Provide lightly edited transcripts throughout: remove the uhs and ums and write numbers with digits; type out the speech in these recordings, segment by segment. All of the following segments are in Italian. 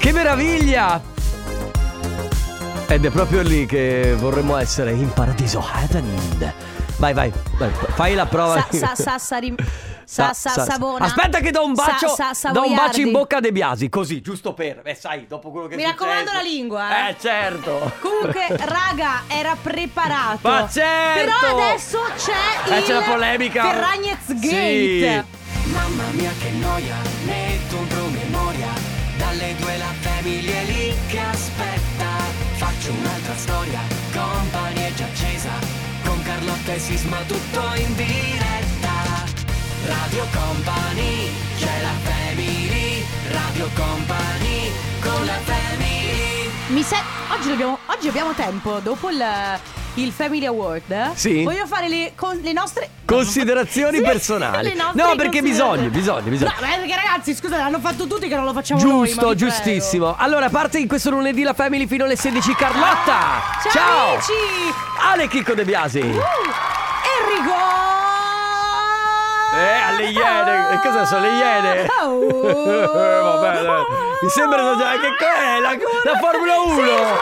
Che meraviglia! Ed è proprio lì che vorremmo essere, in paradiso heaven. Vai, fai la prova. Savona. Aspetta che do un bacio, do un bacio in bocca a De Biasi, così, giusto per, sai, dopo quello che mi raccomando la lingua. Certo. Comunque, raga, era preparato. Ma certo. Però adesso c'è la polemica. Ferragnez Gate. Sì. Mamma mia che noia, metto un promemoria. Dalle 2 la famiglia è lì che aspetta. Faccio un'altra storia, Company è già accesa. Con Carlotta e Sisma tutto in diretta. Radio Company, c'è la family. Radio Company, con la family. Oggi abbiamo tempo, dopo il Family Award. Sì. Voglio fare le nostre considerazioni personali. No, perché bisogna. No, perché ragazzi, scusate, l'hanno fatto tutti che non lo facciamo giusto, noi. giustissimo. Allora, parte in questo lunedì la family fino alle 16. Carlotta. Ciao amici. Ale Chicco De Biasi. Enrico. Alle Iene. E cosa sono le Iene? Vabbè, dai. Mi sembra che è la Formula 1.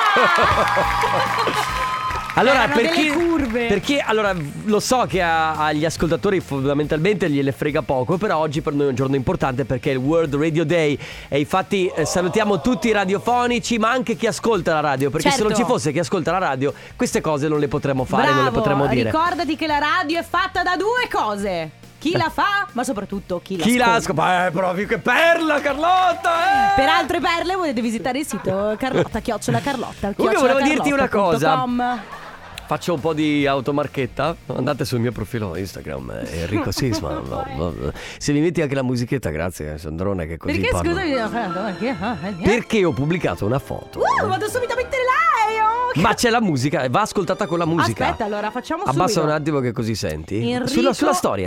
Allora, perché allora lo so che agli ascoltatori fondamentalmente gliele frega poco, però oggi per noi è un giorno importante perché è il World Radio Day e infatti salutiamo tutti i radiofonici, ma anche chi ascolta la radio, perché se non ci fosse chi ascolta la radio queste cose non le potremmo fare. Bravo, non le potremmo dire. Ricordati che la radio è fatta da due cose: chi la fa, ma soprattutto chi la ascolta. Proprio che perla, Carlotta! Per altre perle potete visitare il sito Carlotta @Carlotta. Comunque volevo dirti una cosa. Faccio un po' di automarchetta. Andate sul mio profilo Instagram, Enrico Sisma. Se mi metti anche la musichetta, grazie Sandrone, che così perché parlo. Scusami, perché ho pubblicato una foto. Vado subito a mettere lei. Ma c'è la musica, va ascoltata con la musica. Aspetta, allora facciamo Abbassa subito. un attimo che così senti. Enrico... Sulla storia.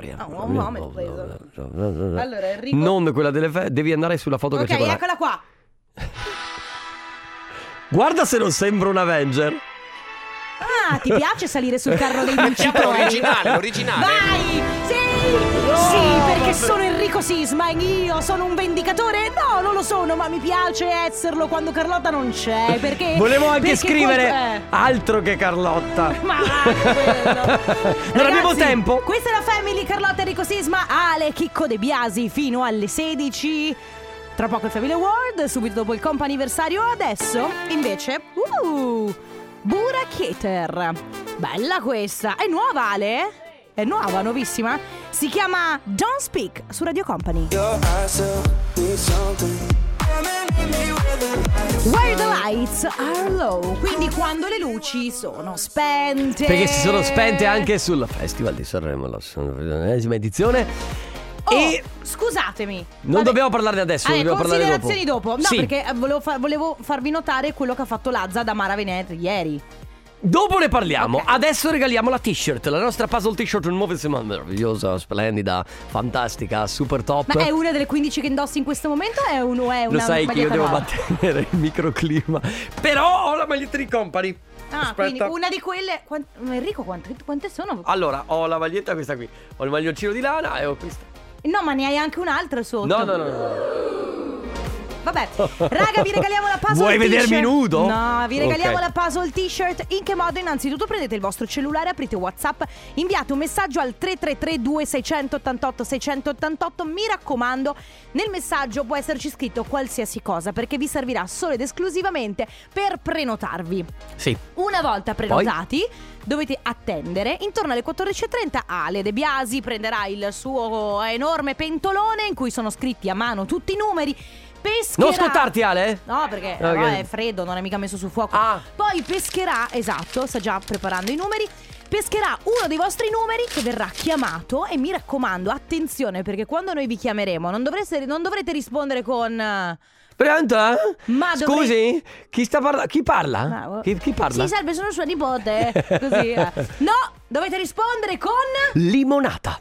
Allora, Enrico... Non quella delle devi andare sulla foto che c'è. Ok, eccola qua. Guarda se non sembra un Avenger. Ah, ti piace salire sul carro dei vincitori? L'originale. Vai! Sì, perché sono Enrico Sisma e io sono un vendicatore? No, non lo sono, ma mi piace esserlo quando Carlotta non c'è. Perché volevo anche scrivere altro che Carlotta. Ma quello. Non abbiamo tempo. Questa è la family Carlotta, Enrico Sisma, Ale Chicco De Biasi fino alle 16. Tra poco il Family Award, subito dopo il comp'anniversario. Adesso invece Buraketer. Bella questa. È nuova, Ale? È nuova, nuovissima. Si chiama Don't Speak su Radio Company. Where the lights are low. Quindi quando le luci sono spente. Perché si sono spente anche sul Festival di Sanremo, la 9ª edizione. E scusatemi, non dobbiamo parlarne adesso, dobbiamo parlare dopo. Considerazioni dopo. No, sì, perché volevo farvi notare quello che ha fatto Lazza da Mara Venezia ieri. Dopo ne parliamo. Okay. Adesso regaliamo la t-shirt, la nostra puzzle t-shirt nuovissima, meravigliosa, splendida, fantastica, super top. Ma è una delle 15 che indossi in questo momento? È una lo sai che io devo nuova? mantenere il microclima. Però ho la maglietta di Company. Aspetta. Quindi una di quelle. Enrico, quante sono? Allora, ho la maglietta questa qui, ho il maglioncino di lana e ho questa. No, ma ne hai anche un'altra sotto. No. Vabbè, raga, vi regaliamo la puzzle Vuoi t-shirt. vedermi nudo? No, vi regaliamo la puzzle t-shirt. In che modo? Innanzitutto prendete il vostro cellulare, aprite WhatsApp, inviate un messaggio al 333 2688 688. Mi raccomando, nel messaggio può esserci scritto qualsiasi cosa, perché vi servirà solo ed esclusivamente per prenotarvi. Sì. Una volta prenotati, dovete attendere. Intorno alle 14:30 Ale De Biasi prenderà il suo enorme pentolone in cui sono scritti a mano tutti i numeri. Pescherà... Non scottarti, Ale? No, perché okay. No, è freddo, non è mica messo sul fuoco. Poi pescherà, esatto, sta già preparando i numeri. Pescherà uno dei vostri numeri che verrà chiamato. E mi raccomando, attenzione, perché quando noi vi chiameremo non dovrete rispondere con... Pronto? Ma scusi? Chi sta parlando? Chi parla? No. Chi parla? Sì, salve, sono sua nipote. Così. No, dovete rispondere con... Limonata.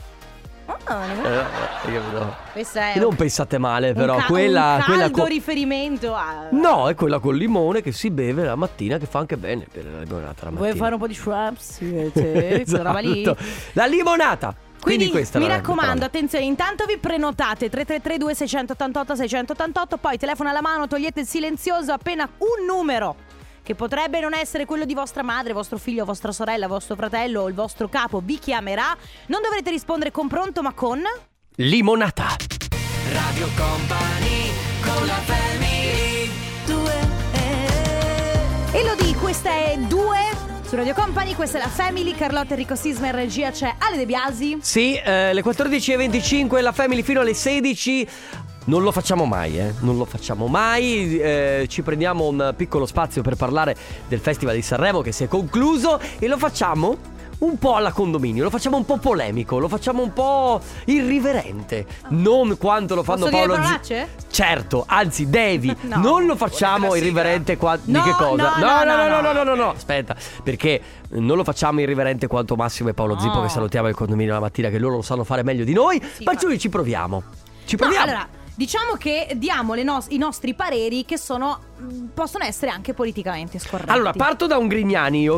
Questa è non pensate male, però un caldo riferimento a... No, è quella col limone che si beve la mattina, che fa anche bene per la limonata la mattina. Vuoi fare un po' di shrubs? Esatto. La limonata. Quindi questa mi raccomando, attenzione, intanto vi prenotate 333 688 688, poi telefono alla mano, togliete il silenzioso, appena un numero che potrebbe non essere quello di vostra madre, vostro figlio, vostra sorella, vostro fratello o il vostro capo vi chiamerà. Non dovrete rispondere con pronto, ma con limonata. Radio Company con la family. Elodie, questa è 2 su Radio Company, questa è la Family. Carlotta, Enrico Sisma, in regia c'è Ale De Biasi. Sì, le 14:25, la Family fino alle 16. Non lo facciamo mai, non lo facciamo mai. Ci prendiamo un piccolo spazio per parlare del Festival di Sanremo che si è concluso e lo facciamo un po' alla condominio, lo facciamo un po' polemico, lo facciamo un po' irriverente. Non quanto lo fanno Posso Paolo dire parolacce? Certo, anzi devi. No. Non lo facciamo irriverente quanto No, di che cosa? no. No, aspetta, perché non lo facciamo irriverente quanto Massimo e Paolo Zippo, che salutiamo il condominio la mattina, che loro lo sanno fare meglio di noi. Sì, perciò ci proviamo. Allora, diciamo che diamo i nostri pareri che possono essere anche politicamente scorretti. Allora, parto da un Grignani io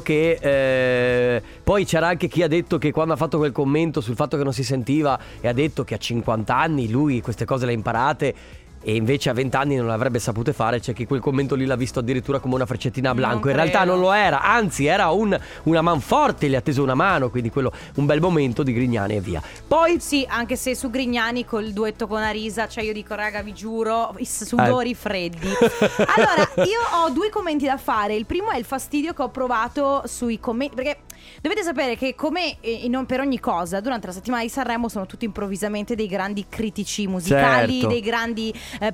che poi c'era anche chi ha detto che quando ha fatto quel commento sul fatto che non si sentiva e ha detto che a 50 anni lui queste cose le ha imparate e invece a 20 anni non le avrebbe sapute fare. C'è chi quel commento lì l'ha visto addirittura come una freccettina a Blanco. In realtà non lo era, anzi era una manforte, le ha teso una mano, quindi quello un bel momento di Grignani e via. Poi sì, anche se su Grignani col duetto con Arisa, cioè io dico raga, vi giuro, i sudori freddi. Allora, io ho 2 commenti da fare. Il primo è il fastidio che ho provato sui commenti, perché dovete sapere che come non per ogni cosa durante la settimana di Sanremo sono tutti improvvisamente dei grandi critici musicali, certo, dei grandi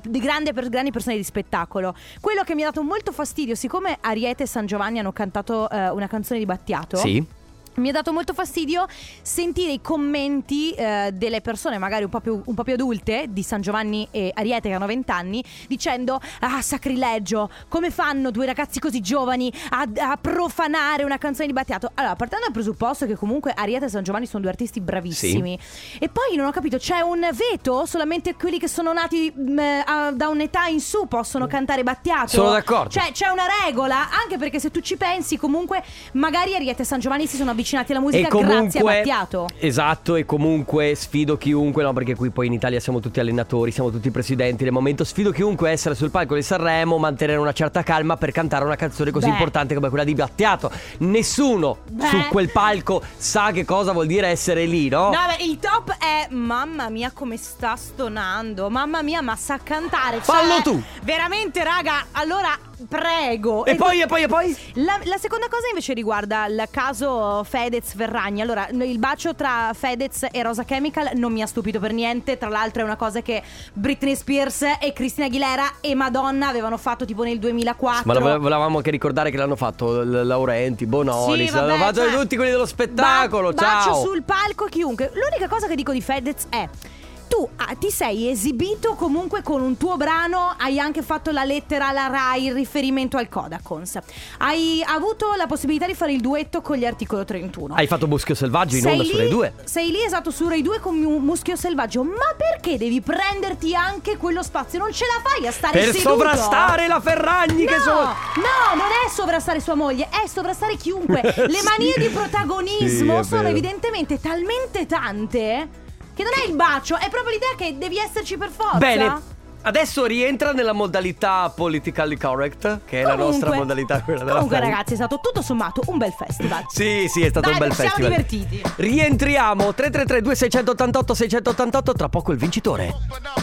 persone di spettacolo. Quello che mi ha dato molto fastidio, siccome Ariete e San Giovanni hanno cantato una canzone di Battiato, sì, mi ha dato molto fastidio sentire i commenti delle persone magari un po' più adulte di San Giovanni e Ariete che hanno 20 anni, dicendo sacrilegio, come fanno 2 ragazzi così giovani a profanare una canzone di Battiato. Allora, partendo dal presupposto che comunque Ariete e San Giovanni sono 2 artisti bravissimi, sì, e poi non ho capito, c'è un veto? Solamente quelli che sono nati da un'età in su possono cantare Battiato? Sono d'accordo. Cioè c'è una regola, anche perché se tu ci pensi comunque magari Ariete e San Giovanni si sono avvicinati alla musica grazie a Battiato. Esatto, e comunque sfido chiunque, no, perché qui poi in Italia siamo tutti allenatori, siamo tutti presidenti del momento, sfido chiunque a essere sul palco di Sanremo, mantenere una certa calma per cantare una canzone così importante come quella di Battiato. Nessuno su quel palco sa che cosa vuol dire essere lì, no? No, beh, il top è mamma mia come sta stonando, mamma mia, ma sa cantare. Fallo tu! Veramente, raga, allora prego. E poi? La seconda cosa invece riguarda il caso Fedez-Ferragni. Allora, il bacio tra Fedez e Rosa Chemical non mi ha stupito per niente. Tra l'altro è una cosa che Britney Spears e Christina Aguilera e Madonna avevano fatto tipo nel 2004. Ma volevamo anche ricordare che l'hanno fatto Laurenti, Bonolis, sì, vabbè, l'hanno fatto tutti quelli dello spettacolo. Ciao. Bacio sul palco chiunque. L'unica cosa che dico di Fedez è: tu ti sei esibito comunque con un tuo brano, hai anche fatto la lettera alla Rai, il riferimento al Codacons, hai avuto la possibilità di fare il duetto con gli Articolo 31, hai fatto Muschio Selvaggio in onda su Rai 2. Sei lì, esatto, su Rai 2 con Muschio Selvaggio. Ma perché devi prenderti anche quello spazio? Non ce la fai a stare per seduto? sovrastare la Ferragni, che sono... No, non è sovrastare sua moglie, è sovrastare chiunque. Le manie di protagonismo sono evidentemente talmente tante che non è il bacio, è proprio l'idea che devi esserci per forza. Bene, adesso rientra nella modalità politically correct, che è la nostra modalità, quella della Comunque family. ragazzi, è stato tutto sommato un bel festival. Sì, è stato un bel festival. Siamo divertiti. Rientriamo 333 688 688, tra poco il vincitore.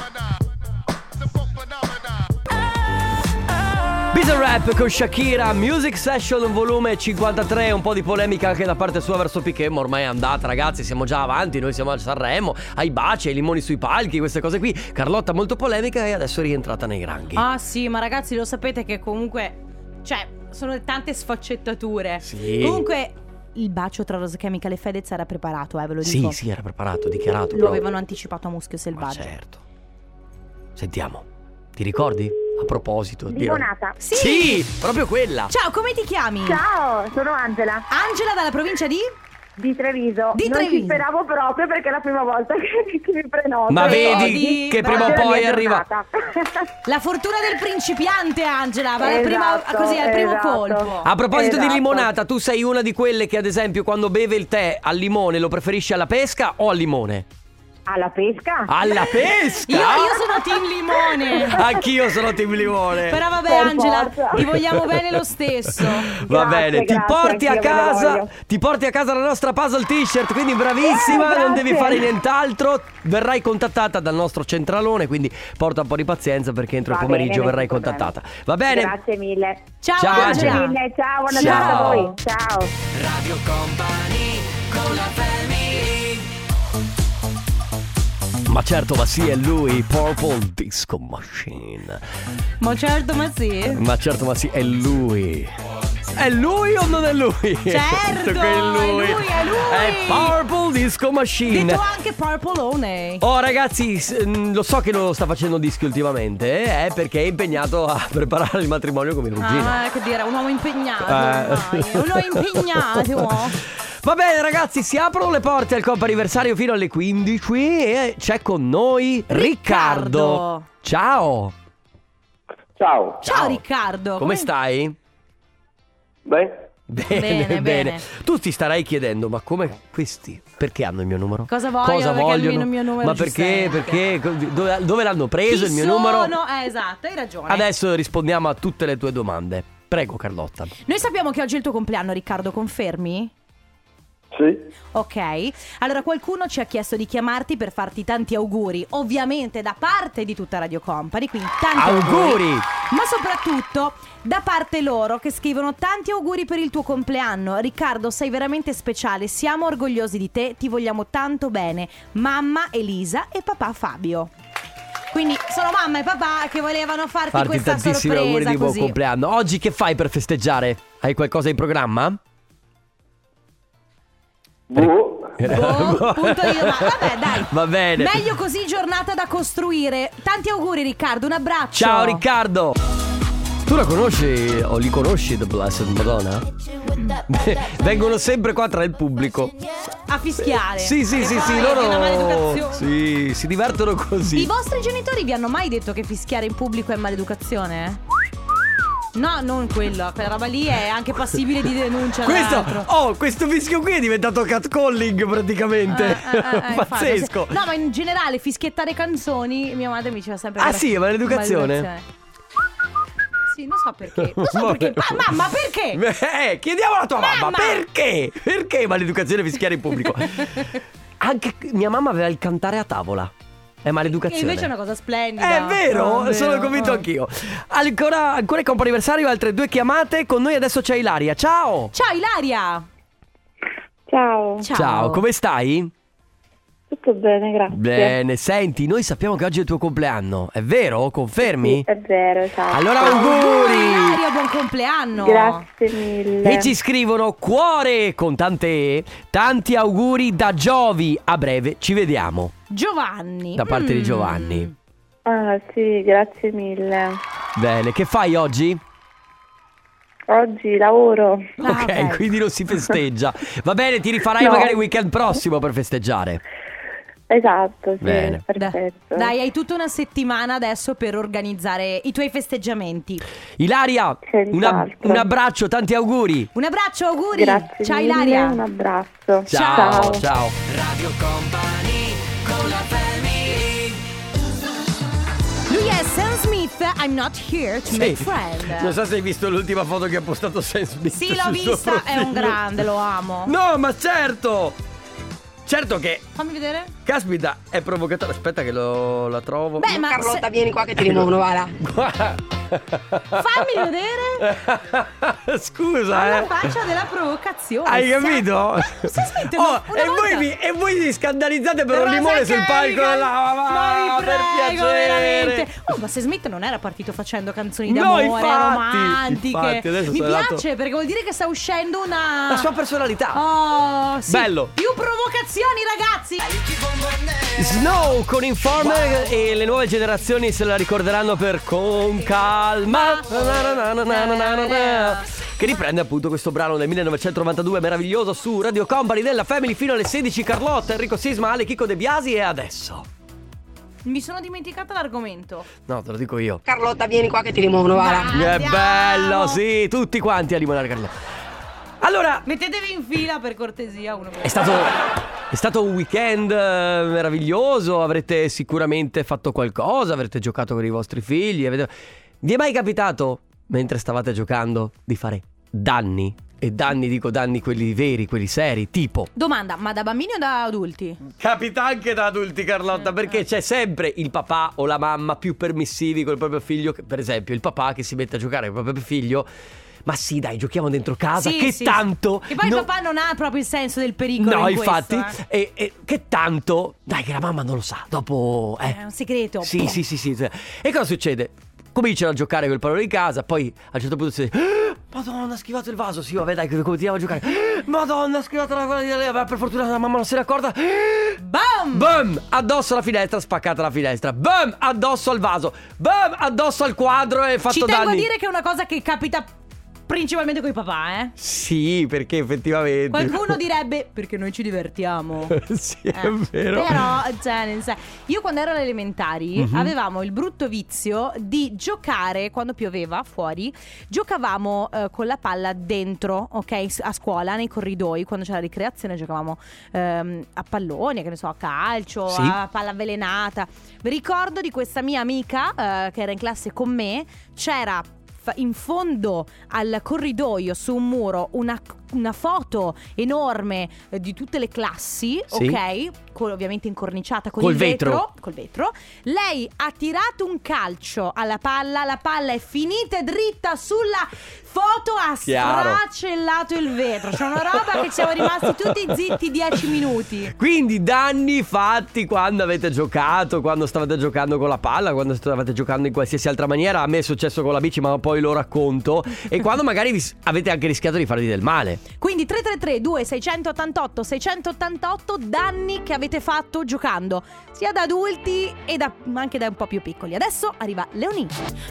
Bizarrap con Shakira, Music Session volume 53, un po' di polemica anche da parte sua verso Piqué, ma ormai è andata ragazzi, siamo già avanti, noi siamo a Sanremo, ai baci, ai limoni sui palchi, queste cose qui. Carlotta molto polemica e adesso è rientrata nei ranghi. Ah sì, ma ragazzi lo sapete che comunque, cioè, sono tante sfaccettature. Sì. Comunque il bacio tra Rosa Chemical e Fedez era preparato, ve lo dico. Sì, era preparato, dichiarato. Lo avevano anticipato a Muschio Selvaggio. Ma certo. Sentiamo, ti ricordi? A proposito, limonata. Sì, proprio quella. Ciao, come ti chiami? Ciao, sono Angela. Angela dalla provincia di? Di Treviso. Di Non Treviso. ci speravo proprio perché è la prima volta che mi prenoto. Ma vedi Vedi? che prima o Della poi mia arriva. giornata. La fortuna del principiante, Angela, va Esatto, così al primo esatto. colpo. A proposito di Esatto. limonata, tu sei una di quelle che ad esempio quando beve il tè al limone lo preferisci alla pesca o al limone? Alla pesca? Alla pesca? Io sono team limone. Anch'io sono team limone. Però vabbè, Per Angela, forza. ti vogliamo bene lo stesso. Va Grazie, bene, grazie, anch'io ti porti a casa la nostra puzzle t-shirt, quindi bravissima, non devi grazie. fare nient'altro. Verrai contattata dal nostro centralone, quindi porta un po' di pazienza perché entro il Va pomeriggio bene, verrai tutto bene. contattata. Va bene? Grazie mille. Ciao, Ciao, Grazie Angela. mille, ciao, buona Ciao. giornata a voi. Ciao. Radio Company con la family. Ma certo, ma sì, è lui, Purple Disco Machine. Ma certo, ma sì. Ma certo, ma sì, è lui. È lui o non è lui? Certo, Che è lui. è lui. È Purple Disco Machine. Detto anche Purpleone. Oh ragazzi, lo so che non lo sta facendo dischi ultimamente, perché è impegnato a preparare il matrimonio con mia cugina. Che dire, un uomo impegnato. Eh. ormai. Un uomo impegnato. Va bene ragazzi, si aprono le porte al comp anniversario fino alle 15 e c'è con noi Riccardo. Ciao. Ciao. Ciao Riccardo. Come stai? Beh, Bene, bene. Tu ti starai chiedendo, ma come questi? Perché hanno il mio numero? Cosa vogliono? Perché hanno il mio numero, Ma perché? giustamente. Perché? Dove l'hanno preso il mio numero? Esatto, hai ragione. Adesso rispondiamo a tutte le tue domande. Prego Carlotta. Noi sappiamo che oggi è il tuo compleanno, Riccardo, confermi? sì. Ok, allora qualcuno ci ha chiesto di chiamarti per farti tanti auguri, ovviamente da parte di tutta Radio Company, quindi tanti Auguri! ma soprattutto da parte loro che scrivono tanti auguri per il tuo compleanno. Riccardo, sei veramente speciale, siamo orgogliosi di te, ti vogliamo tanto bene, mamma Elisa e papà Fabio. Quindi sono mamma e papà che volevano farti questa tantissimi sorpresa auguri di buon così. compleanno. Oggi che fai per festeggiare? Hai qualcosa in programma? Punto io, ma vabbè dai. Va bene. Meglio così, giornata da costruire. Tanti auguri Riccardo, un abbraccio. Ciao Riccardo. Tu la conosci o li conosci The Blessed Madonna? Vengono sempre qua tra il pubblico. A fischiare. Sì, E poi loro è una maleducazione. sì, si divertono così. I vostri genitori vi hanno mai detto che fischiare in pubblico è maleducazione? No, non quello, quella roba lì è anche passibile di denuncia. Questo fischio qui è diventato catcalling praticamente. Pazzesco. No, ma in generale fischiettare canzoni, mia madre mi diceva sempre. Ah sì, è maleducazione? Sì, non so perché. Non so perché. Mamma, perché? Chiediamo alla tua mamma, Mamma! perché? Perché maleducazione fischiare in pubblico? Anche mia mamma aveva il cantare a tavola. È maleducazione. E invece è una cosa splendida. È vero, È sono vero. convinto anch'io. Ancora il comp'anniversario, altre 2 chiamate. Con noi adesso c'è Ilaria. Ciao. Ciao Ilaria. Ciao. Ciao, come stai? Tutto bene, grazie. Bene, senti, noi sappiamo che oggi è il tuo compleanno. È vero? Confermi? È vero, esatto. Allora auguri! Ilaria, buon compleanno. Grazie mille. E ci scrivono cuore con tante E. Tanti auguri da Giovi. A breve ci vediamo. Giovanni. Da parte di Giovanni. Ah, sì, grazie mille. Bene, che fai oggi? Oggi lavoro. Ah, ok, quindi non si festeggia. Va bene, ti rifarai No. magari il weekend prossimo per festeggiare. Esatto, sì, Bene. perfetto. Dai, hai tutta una settimana adesso per organizzare i tuoi festeggiamenti. Ilaria, Senz'altro. un abbraccio, tanti auguri. Un abbraccio, auguri. Grazie Ciao mille, Ilaria. un abbraccio. Ciao. Radio Company con la family. Lui è Sam Smith, I'm not here to make friend. Non so se hai visto l'ultima foto che ha postato Sam Smith. Sì, l'ho sul suo vista, è un profilo. grande, lo amo. No, ma certo. Certo che, Fammi vedere. caspita, è provocatore. Aspetta che la trovo. Beh, ma Carlotta, vieni qua che ti rimuovono, va. fammi vedere Scusa, la faccia della provocazione. Hai capito? Sam Smith, Oh, una volta- e voi vi scandalizzate per un Rosa limone sul palco carica. là, Ma vi per prego, piacere. veramente. Oh, ma Sam Smith non era partito facendo canzoni No, d'amore infatti, romantiche. infatti, adesso Mi sono piace andato- perché vuol dire che sta uscendo una La sua personalità. Oh, sì. Bello. Più provocazioni, ragazzi. Snow con Informer e le nuove generazioni se la ricorderanno per Con Calma. che riprende appunto questo brano del 1992 meraviglioso su Radio Company della Family fino alle 16. Carlotta, Enrico Sisma, Ale, Chico De Biasi e adesso Mi sono dimenticata l'argomento. no, te lo dico io. Carlotta, vieni qua che ti limono, va. Che Andiamo. bello, sì, tutti quanti a limonare Carlotta. Allora, Mettetevi in fila per cortesia uno per è stato un weekend meraviglioso, avrete sicuramente fatto qualcosa, avrete giocato con i vostri figli. Vi è mai capitato, mentre stavate giocando, di fare danni? E danni, dico danni quelli veri, quelli seri, tipo... Domanda, ma da bambini o da adulti? Capita anche da adulti, Carlotta, perché c'è sempre il papà o la mamma più permissivi con il proprio figlio. Per esempio, il papà che si mette a giocare con il proprio figlio. Ma sì, dai, giochiamo dentro casa, tanto... E poi il papà non ha proprio il senso del pericolo. No, in infatti, questo, e che tanto... Dai, che la mamma non lo sa, dopo... È un segreto. Sì. E cosa succede? Cominciano a giocare col pallone in casa, poi a un certo punto si dice: Madonna, ha schivato il vaso. Sì, vabbè, dai, continuiamo a giocare. Madonna, ha schivato la... Per fortuna la mamma non se ne è accorta. Bam! Bam! Addosso alla finestra, spaccata la finestra. Bam! Addosso al vaso. Bam! Addosso al quadro e fatto Ci tengo danni. a dire che è una cosa che capita principalmente con i papà, eh? Sì, perché effettivamente Qualcuno direbbe perché noi ci divertiamo. sì, è vero. Però, cioè, io quando ero alle elementari avevamo il brutto vizio di giocare quando pioveva fuori. Giocavamo con la palla dentro, ok? A scuola, nei corridoi. Quando c'era la ricreazione giocavamo a palloni, che ne so, a calcio, Sì. a palla avvelenata. Vi ricordo di questa mia amica che era in classe con me. C'era in fondo al corridoio su un muro una foto enorme di tutte le classi, Sì. ok? Ovviamente incorniciata con Col il vetro. Col vetro. Lei ha tirato un calcio alla palla, la palla è finita dritta sulla foto, ha Chiaro. sfracellato il vetro. C'è una roba che siamo rimasti tutti zitti 10 minuti. Quindi danni fatti quando avete giocato, quando stavate giocando con la palla, quando stavate giocando in qualsiasi altra maniera. A me è successo con la bici, ma poi lo racconto. E quando magari avete anche rischiato di farvi del male. Quindi 333-2688-688 danni che avete fatto giocando, sia da adulti e anche da un po' più piccoli. Adesso arriva Leonie.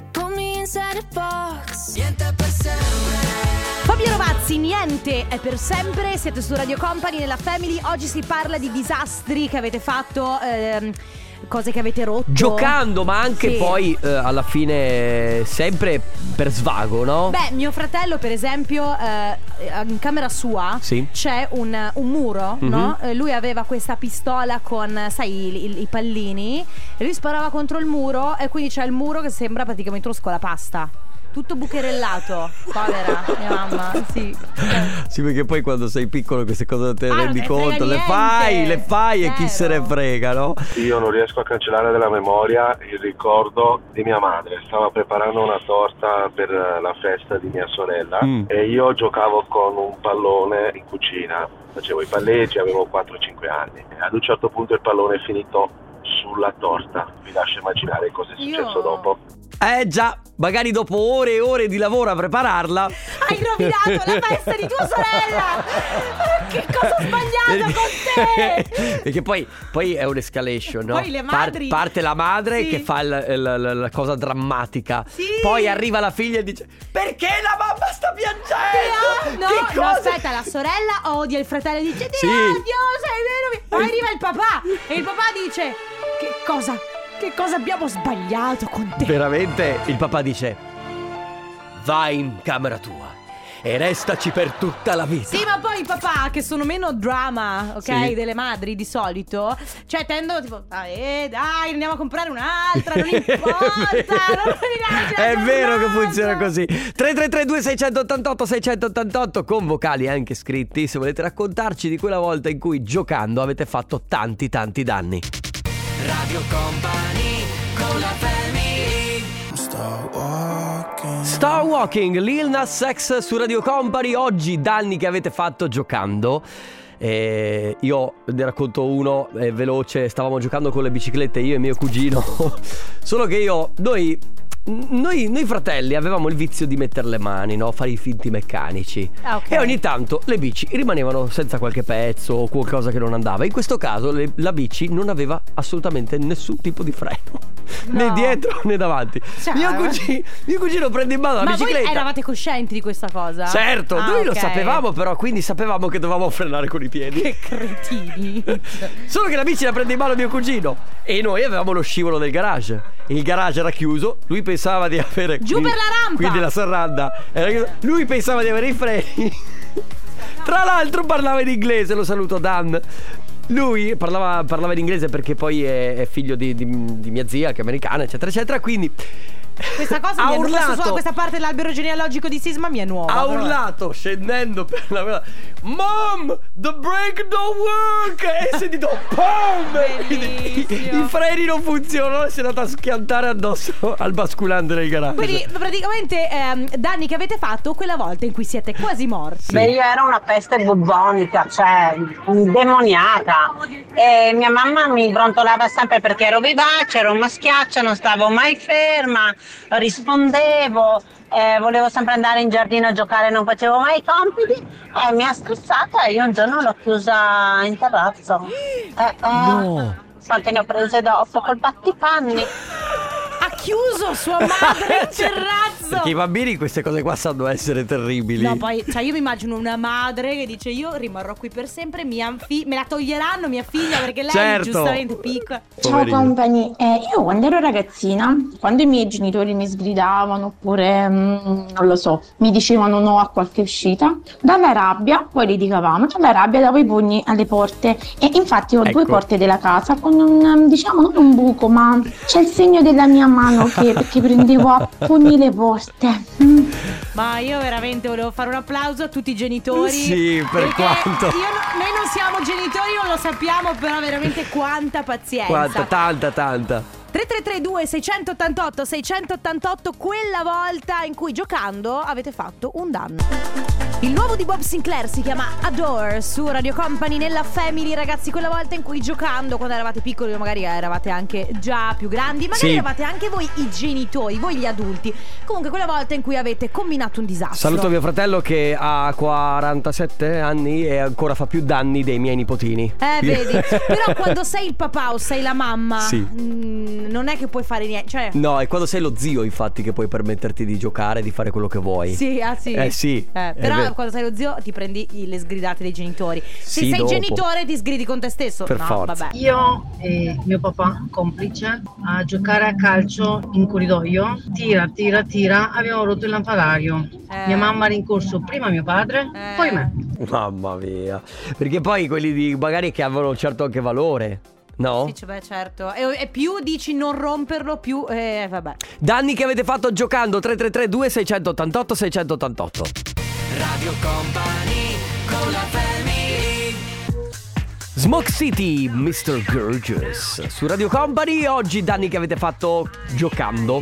Fabio Rovazzi, niente è per sempre. Siete su Radio Company nella Family. Oggi si parla di disastri che avete fatto, cose che avete rotto Giocando, ma anche Sì. poi alla fine sempre per svago, no? Beh, mio fratello per esempio in camera sua Sì. c'è un muro, no? Lui aveva questa pistola con, sai, i pallini, e lui sparava contro il muro, e quindi c'è il muro che sembra praticamente uno scolapasta, tutto bucherellato. Povera mia mamma, sì. Sì, perché poi quando sei piccolo queste cose non te ne Ah, non rendi te ne frega conto. Le niente. fai e chi se ne Zero. frega, no? Io non riesco a cancellare dalla memoria il ricordo di mia madre. Stava preparando una torta per la festa di mia sorella e io giocavo con un pallone in cucina. Facevo i palleggi, avevo 4-5 anni. Ad un certo punto il pallone è finito sulla torta. Vi lascio immaginare cosa è successo dopo. Già, magari dopo ore e ore di lavoro a prepararla. Hai rovinato la festa di tua sorella. Che cosa ho sbagliato con te? Perché poi è un'escalation, no? Poi le madri. Parte la madre Sì. che fa la cosa drammatica. Sì. Poi arriva la figlia e dice: perché la mamma sta piangendo? No, Che no, cosa? aspetta, la sorella odia il fratello e dice: ti Sì. odio, sei vero. Poi arriva il papà e il papà dice: Che cosa abbiamo sbagliato con te? Veramente il papà dice: vai in camera tua e restaci per tutta la vita. Sì, ma poi i papà, che sono meno drama, ok, Sì. delle madri di solito, cioè tendono tipo: dai, andiamo a comprare un'altra, non importa, È vero che funziona così. 333-2688-688 con vocali anche scritti, se volete raccontarci di quella volta in cui giocando avete fatto tanti danni. Radio Company con la Family. Star Walking, Lil Nas X su Radio Company. Oggi danni che avete fatto giocando. Io ne racconto uno veloce. Stavamo giocando con le biciclette io e mio cugino. Solo che noi noi fratelli avevamo il vizio di mettere le mani, no? Fare i finti meccanici. Okay. E ogni tanto le bici rimanevano senza qualche pezzo o qualcosa che non andava. In questo caso la bici non aveva assolutamente nessun tipo di freno. No. Né dietro né davanti. Cioè, Mio cugino prende in mano la bicicletta. Ma voi eravate coscienti di questa cosa? Certo, noi lo sapevamo, però quindi sapevamo che dovevamo frenare con i piedi. Che cretini. Solo che la bici la prende in mano mio cugino e noi avevamo lo scivolo del garage. Il garage era chiuso, lui pensava di avere giù per la rampa. Quindi la serranda era chiusa. Lui pensava di avere i freni. Tra l'altro parlava in inglese, lo saluto Dan. Lui parlava in inglese perché poi è figlio di mia zia che è americana, eccetera eccetera, quindi questa cosa ha mi è urlato. Solo questa parte dell'albero genealogico di Sisma mi è nuova. Ha urlato scendendo per la Mom, the brake don't work. E si è detto i freni non funzionano e si è andato a schiantare addosso al basculante del garage. Quindi praticamente danni che avete fatto quella volta in cui siete quasi morti. Beh, io ero una peste bubbonica, cioè demoniata, e mia mamma mi brontolava sempre perché ero vivace, ero un maschiaccio, non stavo mai ferma, rispondevo, volevo sempre andare in giardino a giocare, non facevo mai i compiti e mi ha stressata e io un giorno l'ho chiusa in terrazzo. No. Quante ne ho prese dopo col battipanni. Ha chiuso sua madre in terrazzo. Perché i bambini queste cose qua sanno essere terribili. No, poi cioè io mi immagino una madre che dice io rimarrò qui per sempre, me la toglieranno mia figlia perché lei certo. giustamente piccola. Ciao compagni, io quando ero ragazzina, quando i miei genitori mi sgridavano oppure non lo so, mi dicevano no a qualche uscita, dalla rabbia, poi litigavamo, dalla rabbia davo i pugni alle porte e infatti ho due porte della casa con un, diciamo non un buco, ma c'è il segno della mia mano perché prendevo a pugni le porte. Ma io veramente volevo fare un applauso a tutti i genitori. Sì, per quanto noi non siamo genitori, non lo sappiamo, però veramente quanta pazienza. Tanta 3332 688 688, quella volta in cui giocando avete fatto un danno. Il nuovo di Bob Sinclair si chiama Adore su Radio Company nella Family. Ragazzi, quella volta in cui giocando quando eravate piccoli, magari eravate anche già più grandi, magari eravate anche voi i genitori, voi gli adulti. Comunque quella volta in cui avete combinato un disastro. Saluto mio fratello che ha 47 anni e ancora fa più danni dei miei nipotini. Vedi. Però quando sei il papà o sei la mamma, sì. Non è che puoi fare niente, cioè... No, è quando sei lo zio infatti che puoi permetterti di giocare, di fare quello che vuoi. Sì, sì. Sì. Però quando sei lo zio ti prendi le sgridate dei genitori. Se sei dopo. genitore ti sgridi con te stesso. Per no, forza. Vabbè. Io e mio papà, complice, a giocare a calcio in corridoio, tira, abbiamo rotto il lampadario. Mia mamma ha rincorso prima mio padre, poi me. Mamma mia. Perché poi quelli magari che avevano un certo anche valore. No? Sì, beh, certo. E più dici non romperlo, più vabbè. Danni che avete fatto giocando 333 2688 688. Radio Company con la Family. Smoke City, Mr. Gorgeous su Radio Company. Oggi danni che avete fatto giocando.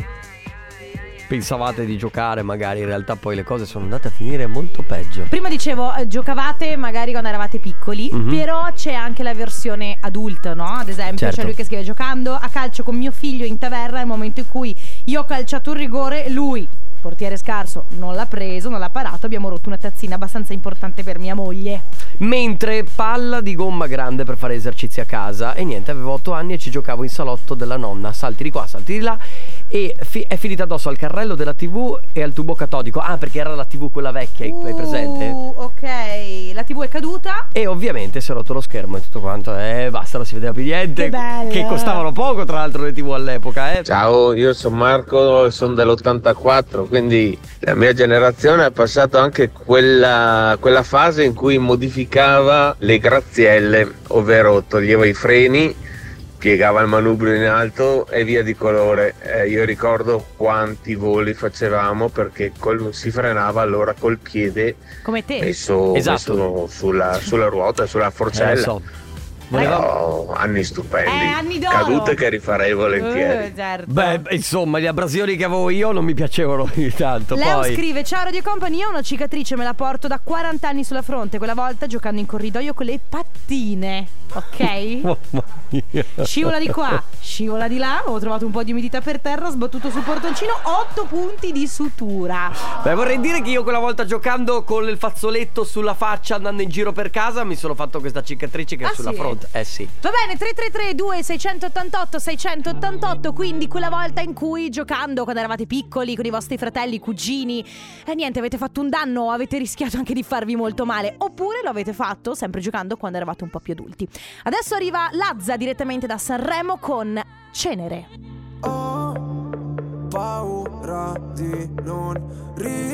Pensavate di giocare, magari in realtà poi le cose sono andate a finire molto peggio. Prima dicevo, giocavate magari quando eravate piccoli, però c'è anche la versione adulta, no? Ad esempio c'è lui che scrive: giocando a calcio con mio figlio in taverna, nel momento in cui io ho calciato un rigore, lui, portiere scarso, non l'ha preso, non l'ha parato, abbiamo rotto una tazzina abbastanza importante per mia moglie. Mentre palla di gomma grande per fare esercizi a casa. E niente, avevo 8 anni e ci giocavo in salotto della nonna. Salti di qua, salti di là. E è finita addosso al carrello della TV e al tubo catodico. Ah, perché era la TV quella vecchia, hai presente? Ok, la TV è caduta. E ovviamente si è rotto lo schermo e tutto quanto. Basta, non si vedeva più niente. Che bello. Che costavano poco tra l'altro le TV all'epoca. Ciao, io sono Marco, sono dell'84, quindi la mia generazione ha passato anche quella fase in cui modificava le grazielle, ovvero toglieva i freni, piegava il manubrio in alto e via di colore. Io ricordo quanti voli facevamo perché si frenava allora col piede come te messo sulla ruota, sulla forcella. So. Però anni stupendi, anni d'oro. cadute che rifarei volentieri. Certo. Beh, insomma, le abrasioni che avevo io non mi piacevano di tanto. Leo poi scrive: ciao Radio Company, io ho una cicatrice, me la porto da 40 anni sulla fronte. Quella volta giocando in corridoio con le pattine. Ok? Mamma mia. Scivola di qua, scivola di là. Ho trovato un po' di umidità per terra, sbattuto sul portoncino, 8 punti di sutura. Beh, vorrei dire che io quella volta giocando con il fazzoletto sulla faccia, andando in giro per casa, mi sono fatto questa cicatrice che è sulla fronte. Sì. Va bene, 333-2688-688. Quindi quella volta in cui giocando quando eravate piccoli con i vostri fratelli, cugini, niente, avete fatto un danno, avete rischiato anche di farvi molto male. Oppure lo avete fatto sempre giocando quando eravate un po' più adulti. Adesso arriva Lazza direttamente da Sanremo con Cenere. Ho paura di non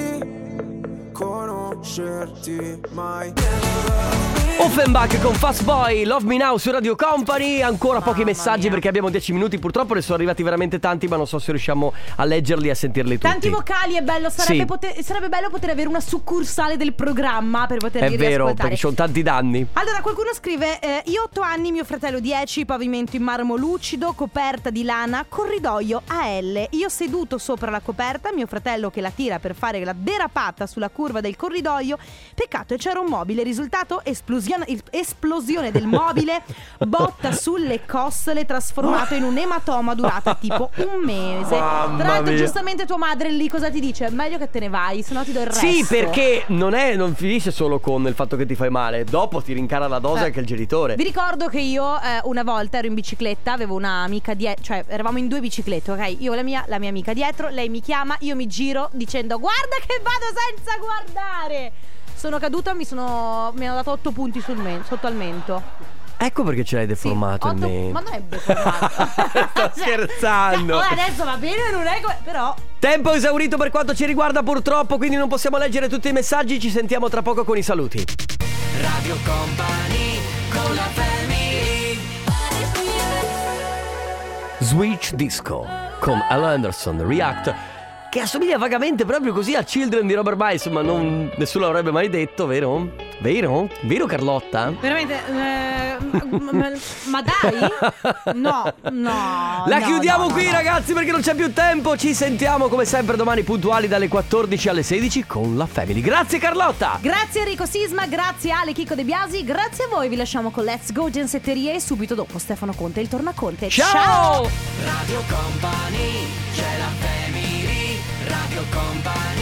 riconoscerti mai. Offenbach con Fast Boy, Love Me Now su Radio Company. Ancora pochi messaggi perché abbiamo 10 minuti. Purtroppo ne sono arrivati veramente tanti, ma non so se riusciamo a leggerli e a sentirli tutti. Tanti vocali, è bello. Sarebbe, sì. Sarebbe bello poter avere una succursale del programma per poterli riascoltare. È vero, perché ci sono tanti danni. Allora qualcuno scrive: io 8 anni, mio fratello 10, pavimento in marmo lucido, coperta di lana, corridoio a L. Io seduto sopra la coperta, mio fratello che la tira per fare la derapata sulla curva del corridoio. Peccato, e c'era un mobile. Risultato: esplosione del mobile, botta sulle costole, trasformato in un ematoma durata tipo un mese. Tra l'altro, giustamente tua madre lì cosa ti dice? Meglio che te ne vai, se no ti do il resto. Sì, perché non finisce solo con il fatto che ti fai male, dopo ti rincara la dose anche il genitore. Vi ricordo che io una volta ero in bicicletta, avevo un'amica dietro, cioè eravamo in 2 biciclette, ok? Io la mia amica dietro, lei mi chiama, io mi giro dicendo: guarda che vado senza guardare. Sono caduta, mi hanno dato 8 punti sotto al mento. Ecco perché ce l'hai deformato il mento. Ma non è deformato. Sto scherzando. Adesso va bene, non è però. Tempo esaurito per quanto ci riguarda purtroppo, quindi non possiamo leggere tutti i messaggi. Ci sentiamo tra poco con i saluti. Radio Company con la family. Switch Disco con Al Anderson, React, che assomiglia vagamente proprio così a Children di Robert Miles, ma nessuno l'avrebbe mai detto, vero? Vero? Vero, Carlotta? Veramente, ma dai? No. La chiudiamo qui, ragazzi, perché non c'è più tempo. Ci sentiamo come sempre domani puntuali dalle 14 alle 16 con la Family. Grazie Carlotta. Grazie Enrico Sisma, grazie Ale Chicco De Biasi, grazie a voi. Vi lasciamo con Let's Go Gensetterie e subito dopo Stefano Conte, il Tornaconte. Ciao! Radio Company, c'è la family. Radio Company